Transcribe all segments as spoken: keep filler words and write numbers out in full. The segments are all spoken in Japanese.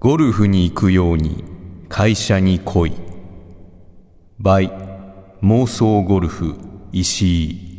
ゴルフに行くように会社に来い by 妄想ゴルフ石井。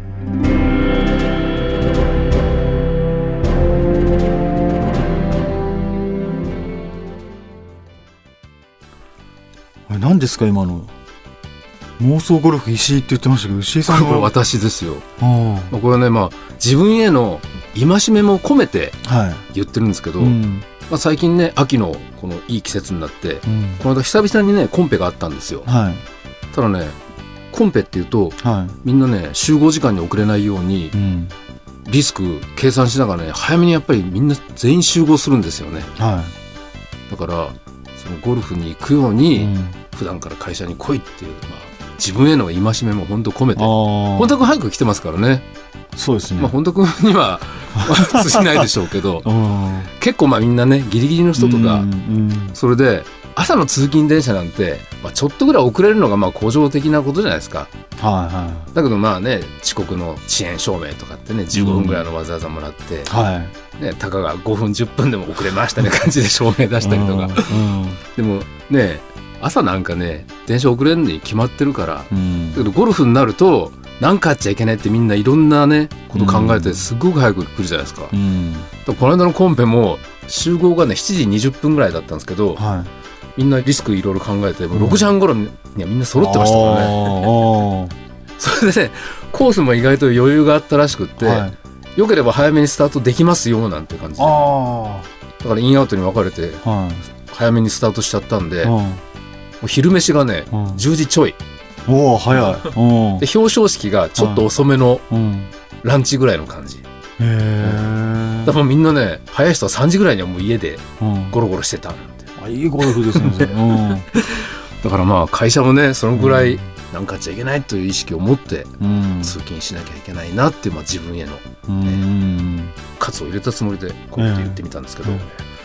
何ですか今の妄想ゴルフ石井って言ってましたけど、石井さんがこれ私ですよ。 あまあ、これはね、まあ、自分への戒めも込めてはい言ってるんですけど、 うんまあ、最近ね秋のこのいい季節になってうんこの間久々にねコンペがあったんですよ。 はいただねコンペっていうとはみんなね集合時間に遅れないようにいうんリスク計算しながらね早めにやっぱりみんな全員集合するんですよね。 はだからそのゴルフに行くよういに、 うん普段から会社に来いっていう、まあ、自分への戒めも本当込めて。 あ本田君早く来てますからね。 あそうですね、 まあ、本田君にはまあ通じないでしょうけどうん結構まあみんなねギリギリの人とか、 うんうんそれで朝の通勤電車なんて、まあ、ちょっとぐらい遅れるのがまあ向上的なことじゃないですか。 はいはだけどまあね遅刻の遅延証明とかってねじゅうごふんぐらいのわざわざもらって、 いはいね、たかがごふんじゅっぷんでも遅れましたね感じで証明出したりとか、 うんでもね朝なんかね電車遅れるのに決まってるからうんうんだけどゴルフになると何かあっちゃいけないってみんないろんなねこと考えてすごく早く来るじゃないですか。 うんだからこの間のコンペも集合がねしちじにじゅっぷんぐらいだったんですけどはいみんなリスクいろいろ考えてもうろくじはん頃にはみんな揃ってましたからね。 ねそれでねコースも意外と余裕があったらしくって、 はいよければ早めにスタートできますよなんて感じであだからインアウトに分かれてあはい早めにスタートしちゃったんで、もうんう昼飯がねうんじゅうじちょいおお早いうんで表彰式がちょっと遅めのうんランチぐらいの感じ。 へえだからもうみんなね早い人はさんじぐらいにはもう家でうんゴロゴロしてたなんて。 あいいゴルフですねそれうんだからまあ会社もねそのぐらいなんかあっちゃいけないという意識を持ってうん通勤しなきゃいけないなっていう、まあ、自分へのうん喝を入れたつもりでこうやって言ってみたんですけど、 うん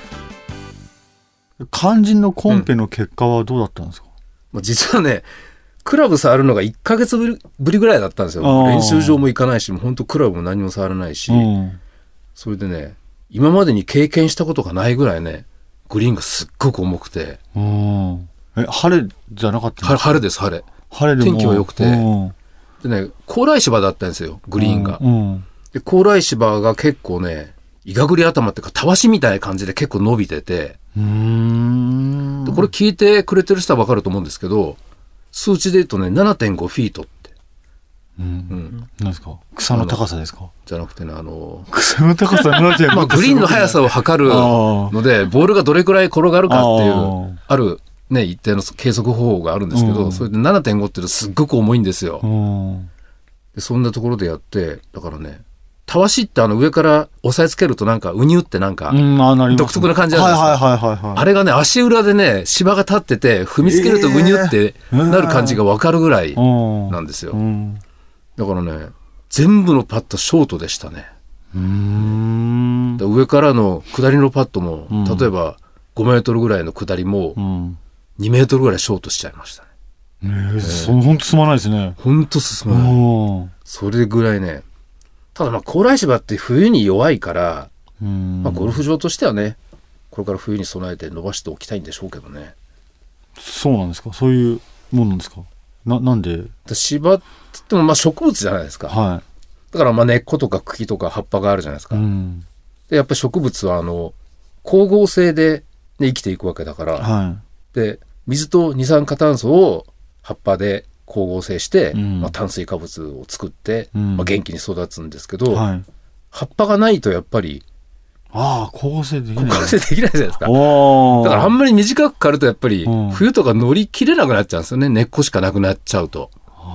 肝心のコンペの結果はどうだったんですか、 まあ、実はねクラブ触るのがいっかげつぶりぶりぐらいだったんですよ。 あー練習場も行かないしもう本当クラブも何も触らないし、 うんそれでね今までに経験したことがないぐらいねグリーンがすっごく重くてうんえ晴れじゃなかったんですか？ は晴れです晴れ晴れでも天気は良くてうんでね高麗芝だったんですよグリーンが。 うんで高麗芝が結構ねいがぐり頭っていうかたわしみたいな感じで結構伸びてて、 うーんでこれ聞いてくれてる人は分かると思うんですけど数値で言うとね ななてんご フィートってうんうん何ですか？草の高さですか？ じゃなくてねあの草の高さなんてまあグリーンの速さを測るのでボールがどれくらい転がるかっていうあるね一定の計測方法があるんですけど、 うんそれで ななてんご っていうのすっごく重いんですよ。 うんでそんなところでやってだからねたわしってあの上から押さえつけるとなんかうにゅってなんか、 うんあなります独特な感じなんですかはいはいはいはいはいあれがね足裏でね芝が立ってて踏みつけるとうにゅってなる感じが分かるぐらいうんなんですよ。 うんだからね全部のパットショートでしたね。 うーんで上からの下りのパットも、 うん例えばごメートルぐらいの下りもうんにメートルぐらいショートしちゃいましたね。 えーそうほんとすまないですね。 ほんと進うまない。 んそれぐらいねただまあ高麗芝って冬に弱いから、 うんまあ、ゴルフ場としてはねこれから冬に備えて伸ばしておきたいんでしょうけどね。 そうなんですか？そういうもんなんですか？ななんで？ で芝って言ってもまあ植物じゃないですか。 はだからまあ根っことか茎とか葉っぱがあるじゃないですい。 か。 うんでやっぱり植物はあの光合成で、ね、生きていくわけだから、 はで水と二酸化炭素を葉っぱで光合成して、 うんまあ、炭水化物を作って、 うんまあ、元気に育つんですけいど、 はい。 葉っぱがないとやっぱりああ光合成できない。 光合成できないじゃないですか。 おーだからあんまり短く刈るとやっぱりうん冬とか乗り切れなくなっちゃうんですよね。根っこしかなくなっちゃうと。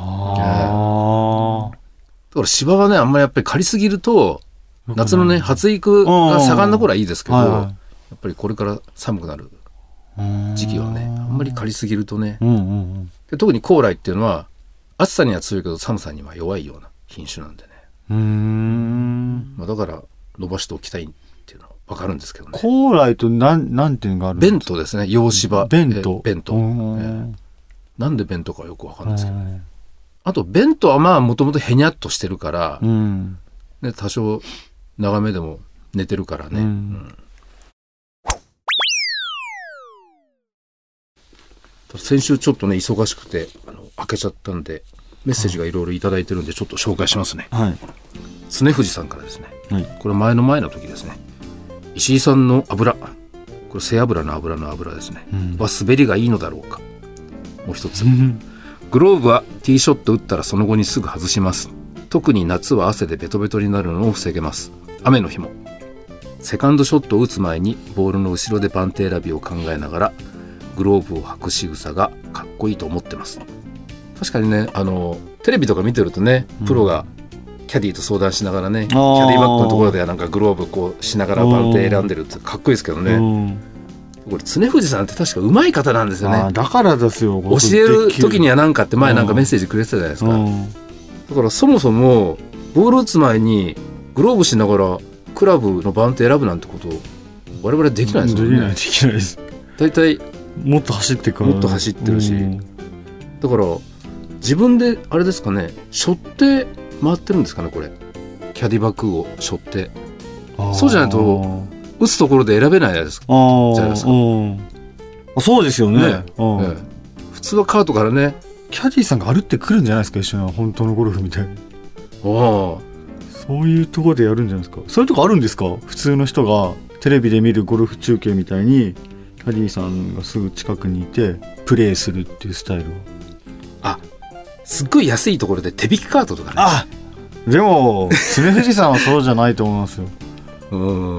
あだから芝はねあんまりやっぱり刈りすぎるとあ夏のね発育が盛んな頃はいいですけど、 はいはやっぱりこれから寒くなるい時期はねあんまり刈りすぎるとねうんうんうんで特に高麗っていうのは暑さには強いけど寒さには弱いような品種なんでね、 うーんまあ、だから伸ばしておきたいっていうのは分かるんですけどね。 高麗となんなんていうのがあるんベですか？ ントですね洋芝ベントえベント、 うえんーなんでベントかよく分かんないですけどね。あとベントはまあもともとへにゃっとしてるから、 うんね、多少長めでも寝てるからね、 うんうん先週ちょっとね忙しくてあの開けちゃったんでメッセージがいろいろいただいてるんでちょっと紹介しますね。 はい。 常藤さんからですね、 はい、 これ前の前の時ですね。石井さんの油、これ背脂の油の油ですね、うん、は滑りがいいのだろうか。もう一つグローブはティーショット打ったらその後にすぐ外します。特に夏は汗でベトベトになるのを防げます。雨の日もセカンドショットを打つ前にボールの後ろで番手選びを考えながらグローブを履く仕草がかっこいいと思ってます。確かにね、あのテレビとか見てるとね、プロがキャディーと相談しながらね、うん、キャディーバッグのところではなんかグローブこうしながら番手選んでるってかっこいいですけどね、うん、これ常藤さんって確か上手い方なんですよね。 あだからですよ。 教える時には何かって前なんかメッセージくれてたじゃないですか、うん、だからそもそもボール打つ前にグローブしながらクラブの番手選ぶなんてこと我々できないですもんね。 できない、できないです。 だいたいもっと走ってからもっと走ってるし、うん、だから自分であれですかね、背負って回ってるんですかね、これキャディバッグを背負って。そうじゃないと打つところで選べないじゃないですか。じゃないですか。 あそうですよ ね, ね, ね普通はカートからねキャディーさんが歩ってくるんじゃないですか、一緒に本当のゴルフみたいに。あそういうところでやるんじゃないですか。そういうとこあるんですか。普通の人がテレビで見るゴルフ中継みたいにキャディーさんがすぐ近くにいてプレーするっていうスタイルは。 あすっごい安いところで手引きカートとかね。 あでも常藤さんはそうじゃないと思いますよ。 うん、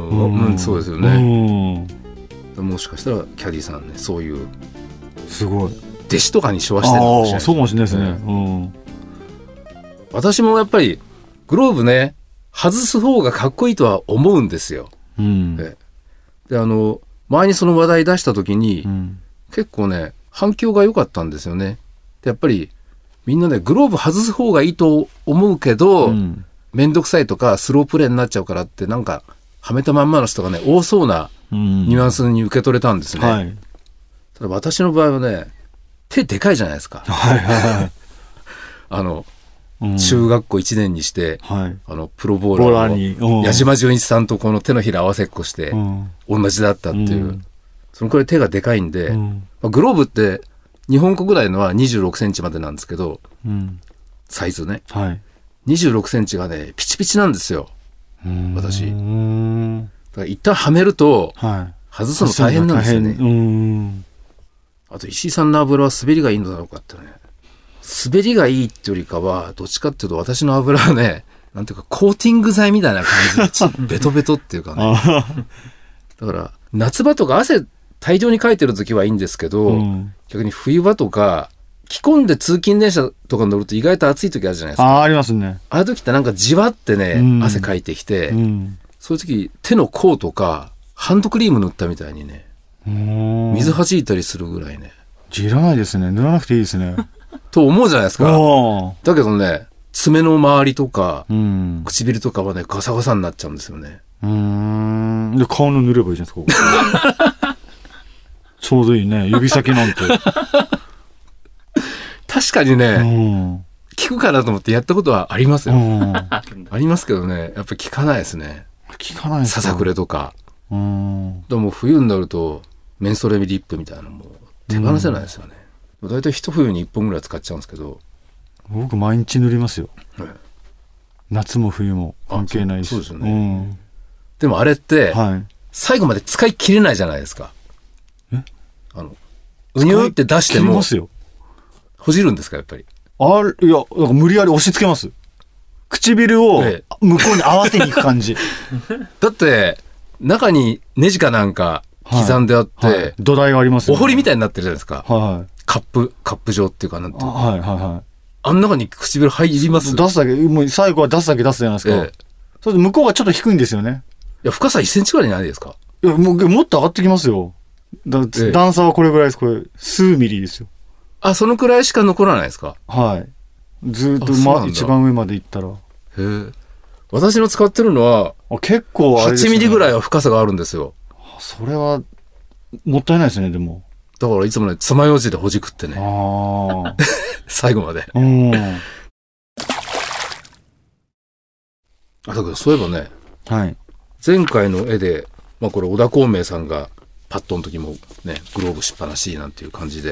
うん、そうですよね。うんもしかしたらキャディさんね、そういうすごい弟子とかにしわしてるかもしれない。 そうかもしれないですね、うん、 私もやっぱりグローブね外す方がかっこいいとは思うんですよ、うん、で, であの前にその話題出した時に、うん、結構ね反響が良かったんですよね。でやっぱりみんなねグローブ外す方がいいと思うけど、うん、めんどくさいとかスロープレーになっちゃうからってなんかはめたまんまの人がね多そうなニュアンスに受け取れたんですね、うんはい、ただ私の場合はね手でかいじゃないですか、はいはいはい、あの、うん、中学校いちねんにして、はい、あのプロボーラーの矢島純一さんとこの手のひら合わせっこして、うん、同じだったっていう、うん、そのくらい手がでかいんで、うんまあ、グローブって日本国内のはにじゅうろくセンチまでなんですけど、うん、サイズね、はい、にじゅうろくセンチがねピチピチなんですよ私。だから一旦はめると、はい、外すの大変なんですよね。うんあと石井さんの油は滑りがいいのだろうかってね、滑りがいいってよりかはどっちかっていうと私の油はねなんていうかコーティング剤みたいな感じでちょっとベトベトっていうかねだから夏場とか汗大量にかいてる時はいいんですけど、うん、逆に冬場とか着込んで通勤電車とか乗ると意外と暑い時あるじゃないですか。 あ、ありますね。 ああいう時ってなんかじわってね、うん、汗かいてきて、うん、そういう時手の甲とかハンドクリーム塗ったみたいにね水弾いたりするぐらいね。 じらないですね。塗らなくていいですねと思うじゃないですか。だけどね爪の周りとか、うん、唇とかはねガサガサになっちゃうんですよね。 うーんで顔の塗ればいいじゃないですかちょうどいいね指先なんて確かにね、うん、効くかなと思ってやったことはありますよ、うん、ありますけどねやっぱり効かないですね。 効かないですか。 ささくれとか、うん、でも冬になるとメンソレミリップみたいなのも手放せないですよね、うん、だいたい一冬にいっぽんぐらい使っちゃうんですけど僕毎日塗りますよ、はい、夏も冬も関係ないし。 そうですよね、うん、でもあれって、はい、最後まで使い切れないじゃないですか。えあのうにゅって出してもますよ。 ほじるんですかやっぱり。 あいやなんか無理やり押し付けます。唇を向こうに合わせに行く感じだって中にネジかなんか刻んであって、はいはい、 土台がありますよね。 お堀みたいになってるじゃないですか、はいはい、カップカップ状っていうかなんていうか、はいはいはい、あん中に唇入ります。 出すだけもう最後は出すだけ出すじゃないですか、ええ、それで向こうがちょっと低いんですよね。 いや深さいっセンチぐらいないですか。 いやもうもっと上がってきますよ。だ、ええ、段差はこれぐらいです。これ数ミリですよ。あそのくらいしか残らないですか。 はいずっと、ま、一番上まで行ったら。へえ。私の使ってるのはあ結構あれですね、 はちミリぐらいは深さがあるんですよ。 それはもったいないですね。でもだからいつもね爪楊枝でほじくってねあ最後まで。うんあだけどそういえばね、はい、前回の絵で、まあ、これ小田孔明さんがパットの時もねグローブしっぱなしなんていう感じで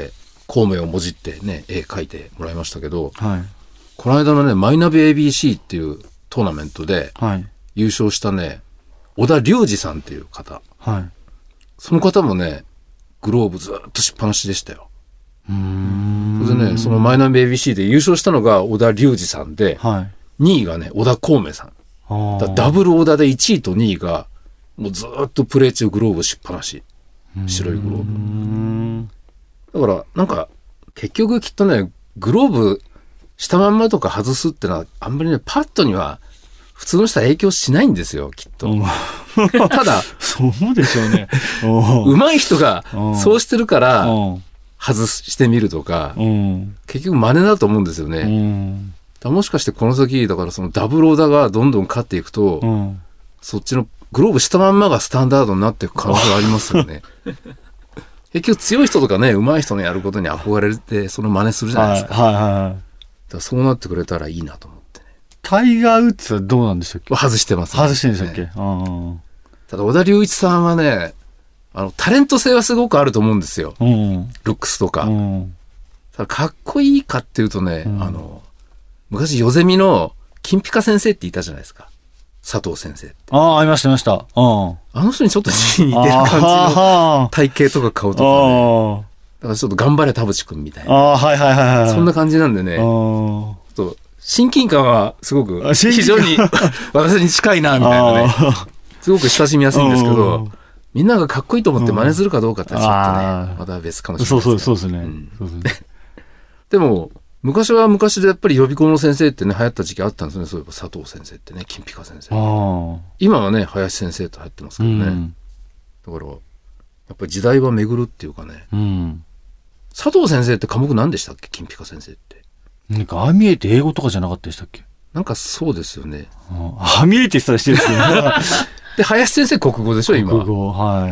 孔明をもじってね、絵描いてもらいましたけど、 はい、 この間のね、マイナビ エービーシー っていうトーナメントで優勝したね、小田隆二さんっていう方。 はい、 その方もね、グローブずっとしっぱなしでしたよ。 うーん。 それでね、そのマイナビ エービーシー で優勝したのが小田隆二さんで、 はい、 にいがね、小田孔明さん。だダブル小田でいちいとにいが、もうずっとプレー中グローブしっぱなし。白いグローブ。 ーだから、なんか、結局きっとね、グローブしたまんまとか外すってのは、あんまりね、パッドには、普通の人は影響しないんですよ、きっと。ただ、 そうでしょうね。 上手い人が、そうしてるから、外してみるとか、結局真似だと思うんですよね。だもしかしてこの先、だからそのダブルオーダーがどんどん勝っていくと、そっちのグローブしたまんまがスタンダードになっていく可能性がありますよね。結局強い人とかね、上手い人のやることに憧れて、その真似するじゃないですか。 はいはいはい。 だからそうなってくれたらいいなと思ってね。 タイガー・ウッズはどうなんでしたっけ？ 外してます、 ね。外してるんでしたっけ？ね、 ただ、小田隆一さんはね、あの、タレント性はすごくあると思うんですよ。 うん、 ルックスとか。 うん、 ただかっこいいかっていうとね、うん、あの、昔、ヨゼミの金ピカ先生っていたじゃないですか。佐藤先生って。 ああ、ありました、ありました。うん。 あの人にちょっと似てる感じの体型とか顔とかね。だからちょっと頑張れ田淵くんみたいな。 ああ、はいはいはいはい。 そんな感じなんでね。ちょっと親近感はすごく非常に私に近いなみたいなね。すごく親しみやすいんですけど、みんながかっこいいと思って真似するかどうかってちょっとね、また別かもしれないですけど。 そうそうそうですね。うん、そうですね。 でも、昔は昔でやっぱり予備校の先生ってね、流行った時期あったんですね。そういえば佐藤先生ってね、金ピカ先生。今はね、林先生と入ってますけどね。うん、だから、やっぱり時代は巡るっていうかね。 うん、 佐藤先生って科目何でしたっけ？金ピカ先生って。 なんか、ああ見えて英語とかじゃなかったでしたっけ？ なんかそうですよね。 ああ見えてしたらしてるんですよね。 で、林先生国語でしょ、今。 国語、はい。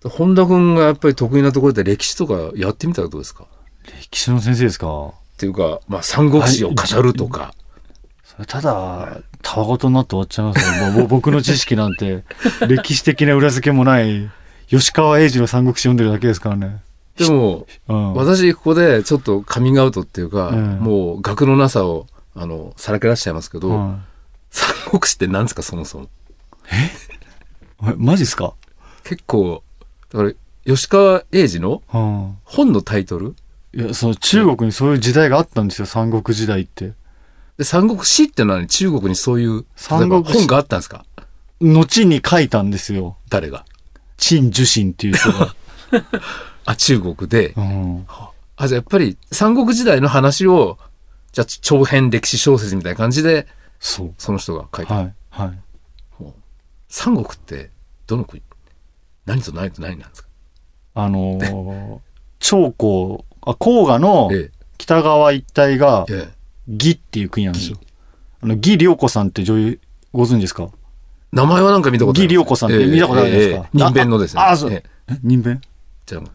本田君がやっぱり得意なところで歴史とかやってみたらどうですか？ 歴史の先生ですか？ っていうか、まあ、三国志を語るとか。 それただ、たわごとになって終わっちゃいますよ。僕の知識なんて、歴史的な裏付けもない、吉川英治の三国志読んでるだけですからね。 でも、うん、私、ここでちょっとカミングアウトっていうか、うん、もう、学のなさを、あの、さらけ出しちゃいますけど、うん、三国志って何ですか、そもそも。 えマジっすか？ 結構、だから、吉川英治の本のタイトル、 いや、その中国にそういう時代があったんですよ、三国時代って。 で、三国志ってのは、ね、中国にそういう、例えば本があったんですか？ 後に書いたんですよ。 誰が？ 陳寿信っていう人が。 あ、中国で。 うん、 あ、じゃあやっぱり三国時代の話を、じゃあ長編歴史小説みたいな感じで、 そう。 その人が書いた。 はい。はい。 三国って、どの国？何と何と何なんですか？ あのー、長江、あ、黄河の北側一帯が義っていう国なんですよ。あの義良子さんって女優ご存知ですか？ 名前はなんか見たことある。 義良子さんって見たことあるんですか？ 人弁のですね。 あ、そう。え、人弁？ じゃなかった。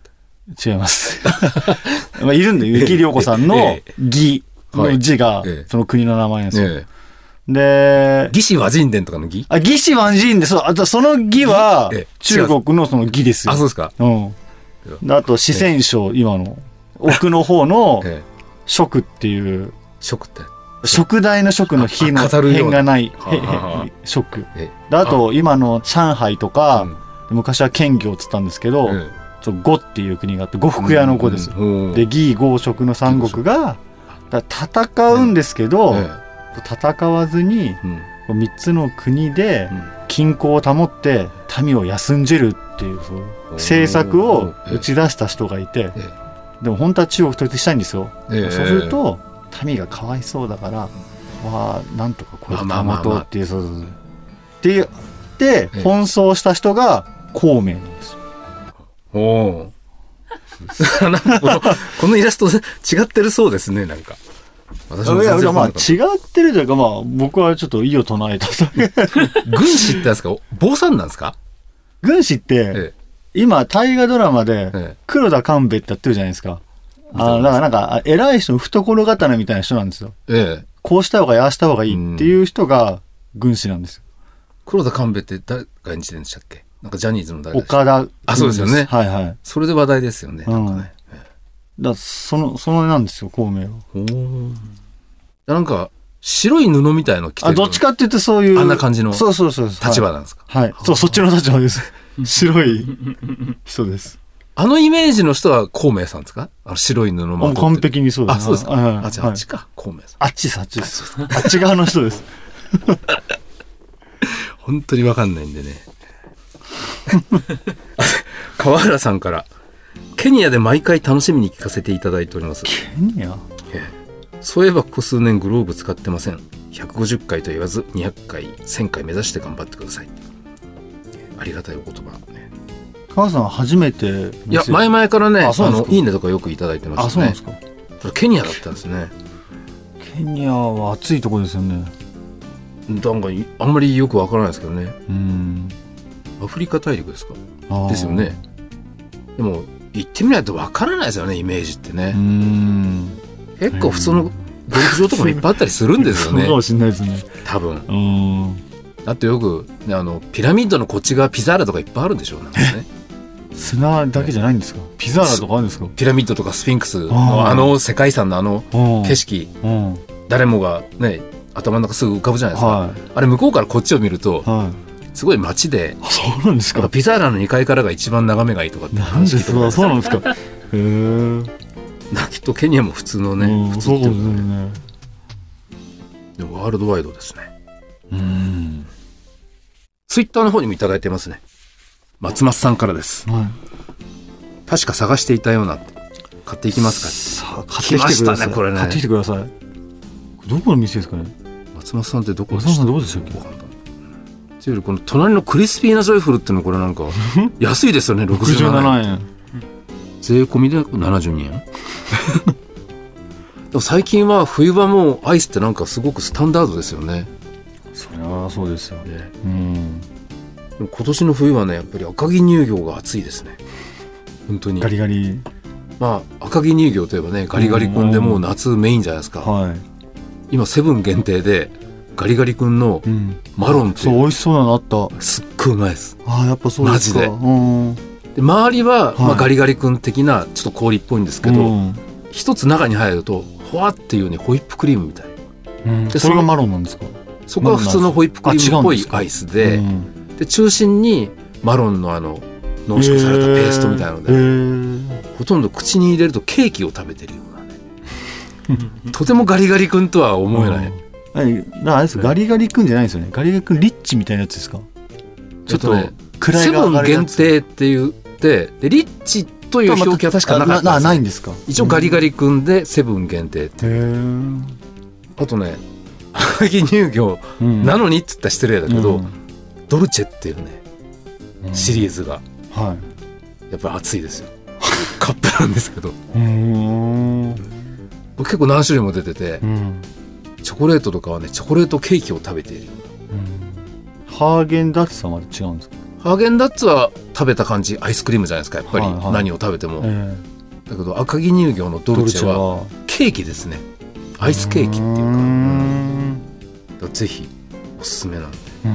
違います。まあいるんで、義良子さんの義の字がその国の名前なんですよ。で、 義士和人伝とかの義？ あ、義士和人伝、そう、あとその義は中国のその義ですよ。 あ、そうですか。 うん。あと四川省、今の。奥の方の食っていう、 食って食台の食の火の辺がない食。あと今の上海とか、うん、昔は兼業っつったんですけど、うん、呉っていう国があって呉服屋の呉です。うんうん、で義呉食の三国が戦うんですけど、うん、戦わずにみっつの国で均衡を保って民を休んじるっていう政策を打ち出した人がいて。でも本当は中国統一したいんですよ、えー、そうすると民がかわいそうだから、うん、わあなんとかこれ保とうっていう、そうそうそうって言って奔走した人が孔明なんですよ。 おおなんかこのこのイラスト違ってるそうですね。なんか私も全然まあ違ってるというか、まあ僕はちょっと異を唱えた軍師ってやつか坊さんなんですか？ 軍師って、ええ、今大河ドラマで黒田官兵衛ってやってるじゃないですか。ええ、あだからなんか偉い人の懐刀みたいな人なんですよ。ええ、こうした方がいい、ああした方がいいっていう人が軍師なんですよ。 黒田官兵衛って誰が演じてるんでしたっけ？なんかジャニーズの誰でしたっけ？ 岡田。 あ、そうですよね。 はいはい。 それで話題ですよね。なんかね。 だその、そのなんですよ、孔明は。 おなんか、白い布みたいの着てる。 あ、どっちかって言ってそういう。 あんな感じの。 そうそうそう。 立場なんですか。 はい。はい、そう、そっちの立場です。白い人です。 あのイメージの人は孔明さんですか？あの白い布まとってる。 完璧にそうです。 あ、そうですか。 はい、 あ、じゃああっちか、孔明さん。 あっちです、あっちです。あっち側の人です。 本当にわかんないんでね。川原さんから、ケニアで毎回楽しみに聞かせていただいております。 ケニア？ ええ、そういえばここ数年グローブ使ってません。ひゃくごじゅっかいと言わずにひゃっかい、せんかい目指して頑張ってください。ありがたいお言葉ね。 川さんは初めて。 いや、前々からね、ああのいいねとかよくいただいてましたね。あ、そうなんですか。ケニアだったんですね。 ケニアは暑いところですよね。 なんかあんまりよくわからないですけどね。 うん。 アフリカ大陸ですか。ですよね。でも行ってみないとわからないですよね、イメージってね。うん。結構普通のゴルフ場とかもいっぱいあったりするんですよね。 そうかもしれないですね。 多分。うん。だってよく、ね、あのピラミッドのこっち側ピザーラとかいっぱいあるんでしょうね。 砂だけじゃないんですか。ピザーラとかあるんですか。 ピラミッドとかスフィンクスのあの世界遺産のあの景色、誰もがね頭の中すぐ浮かぶじゃないですか。はい、あれ向こうからこっちを見ると、はい、すごい街で、 そうなんですか。 ピザーラのにかいからが一番眺めがいいとかって話聞いてます。 そうなんですか。へえ。 きっとケニアも普通のね、普通っていうね。でもワールドワイドですね。うん。ツイッターの方にもいただいてますね。松松さんからです。はい、確か探していたようなって。買っていきますか。 さあ買ってきてください。来ましたねこれね。買ってきてください。どこの店ですかね。 松松さんってどこ松松さんどこでしたっけ。 というよりこの隣のクリスピーナジョイフルっていうのこれなんか安いですよね。ろくじゅうななえん。税込みでななじゅうにえん。でも最近は冬場もアイスってなんかすごくスタンダードですよね。 そりゃそうですよね。うん。 でも今年の冬はねやっぱり赤城乳業が暑いですね。本当に。 ガリガリ。 まあ赤城乳業といえばねガリガリ君でもう夏メインじゃないですか。はい。今セブン限定でガリガリ君のマロンっていう、 うん、そう美味しそうなのあった。 すっごいうまいです。 ああやっぱそうですか。 マジで。うん、で周りは、はいまあ、ガリガリ君的なちょっと氷っぽいんですけど、うん、一つ中に入るとほわっていうねホイップクリームみたい、 うん、でそれがマロンなんですか。 そこは普通のホイップクリームっぽいアイス で, で,、うん、で中心にマロンのあの濃縮されたペーストみたいなので、えー、ほとんど口に入れるとケーキを食べてるようなねとてもガリガリ君とは思えない、うんあれですガリガリ君じゃないですよね。ガリガリ君リッチみたいなやつですか。 ちょっとねセブン限定って言ってでリッチという表記は確かなかったんです、 まあ、ないんですか。 一応ガリガリ君でセブン限定って、うん、あとね赤城乳業なのにっつったら失礼だけど、うん、ドルチェっていうね、うん、シリーズが、はい、やっぱり熱いですよ。カップなんですけどうん結構何種類も出てて、うんチョコレートとかはねチョコレートケーキを食べているような、 うん、ハーゲンダッツはまた違うんですか。 ハーゲンダッツは食べた感じアイスクリームじゃないですかやっぱり、はいはい、何を食べても、えー、だけど赤城乳業のドルチェはケーキですね。アイスケーキっていうか、うん、だぜひおすすめなんで、うん、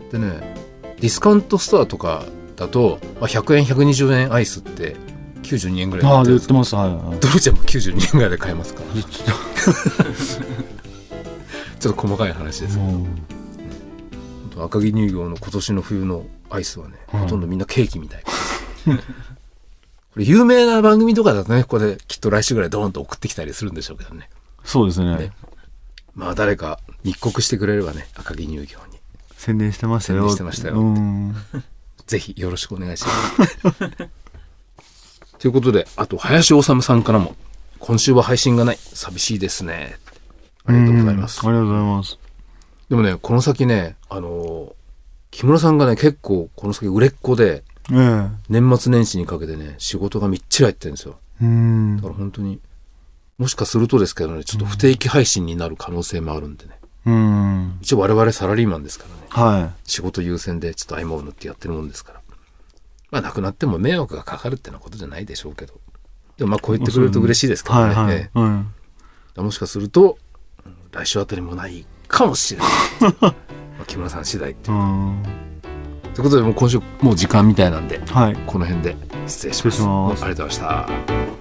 でねディスカウントストアとかだと、まあ、ひゃくえんひゃくにじゅうえんアイスってきゅうじゅうにえんぐらいで売ってるんです。 ああ売ってます、はいはい、 ドルチェもきゅうじゅうにえんぐらいで買えますからちょっと細かい話ですけど、うん、赤城乳業の今年の冬のアイスはね、うん、ほとんどみんなケーキみたいこれ有名な番組とかだとねここできっと来週ぐらいドーンと送ってきたりするんでしょうけどね。 そうです ね, ねまあ誰か密告してくれればね赤城乳業に宣伝してましたよ宣伝してましたようんぜひよろしくお願いしますということであと林修さんからも今週は配信がない寂しいですね。ありがとうございます。 ありがとうございます。 でもねこの先ねあの木村さんがね結構この先売れっ子で、ええ、年末年始にかけてね仕事がみっちり入ってるんですよ。うんだから本当にもしかするとですけどねちょっと不定期配信になる可能性もあるんでね。うん一応我々サラリーマンですからね、はい、仕事優先でちょっと合間を縫ってやってるもんですからまあなくなっても迷惑がかかるってなことじゃないでしょうけどでもまあこう言ってくれると嬉しいですけどね、はいはいええはい、もしかすると来週あたりもないかもしれないまあ木村さん次第っていうということでもう今週もう時間みたいなんで、はい、この辺で失礼します。ありがとうございました。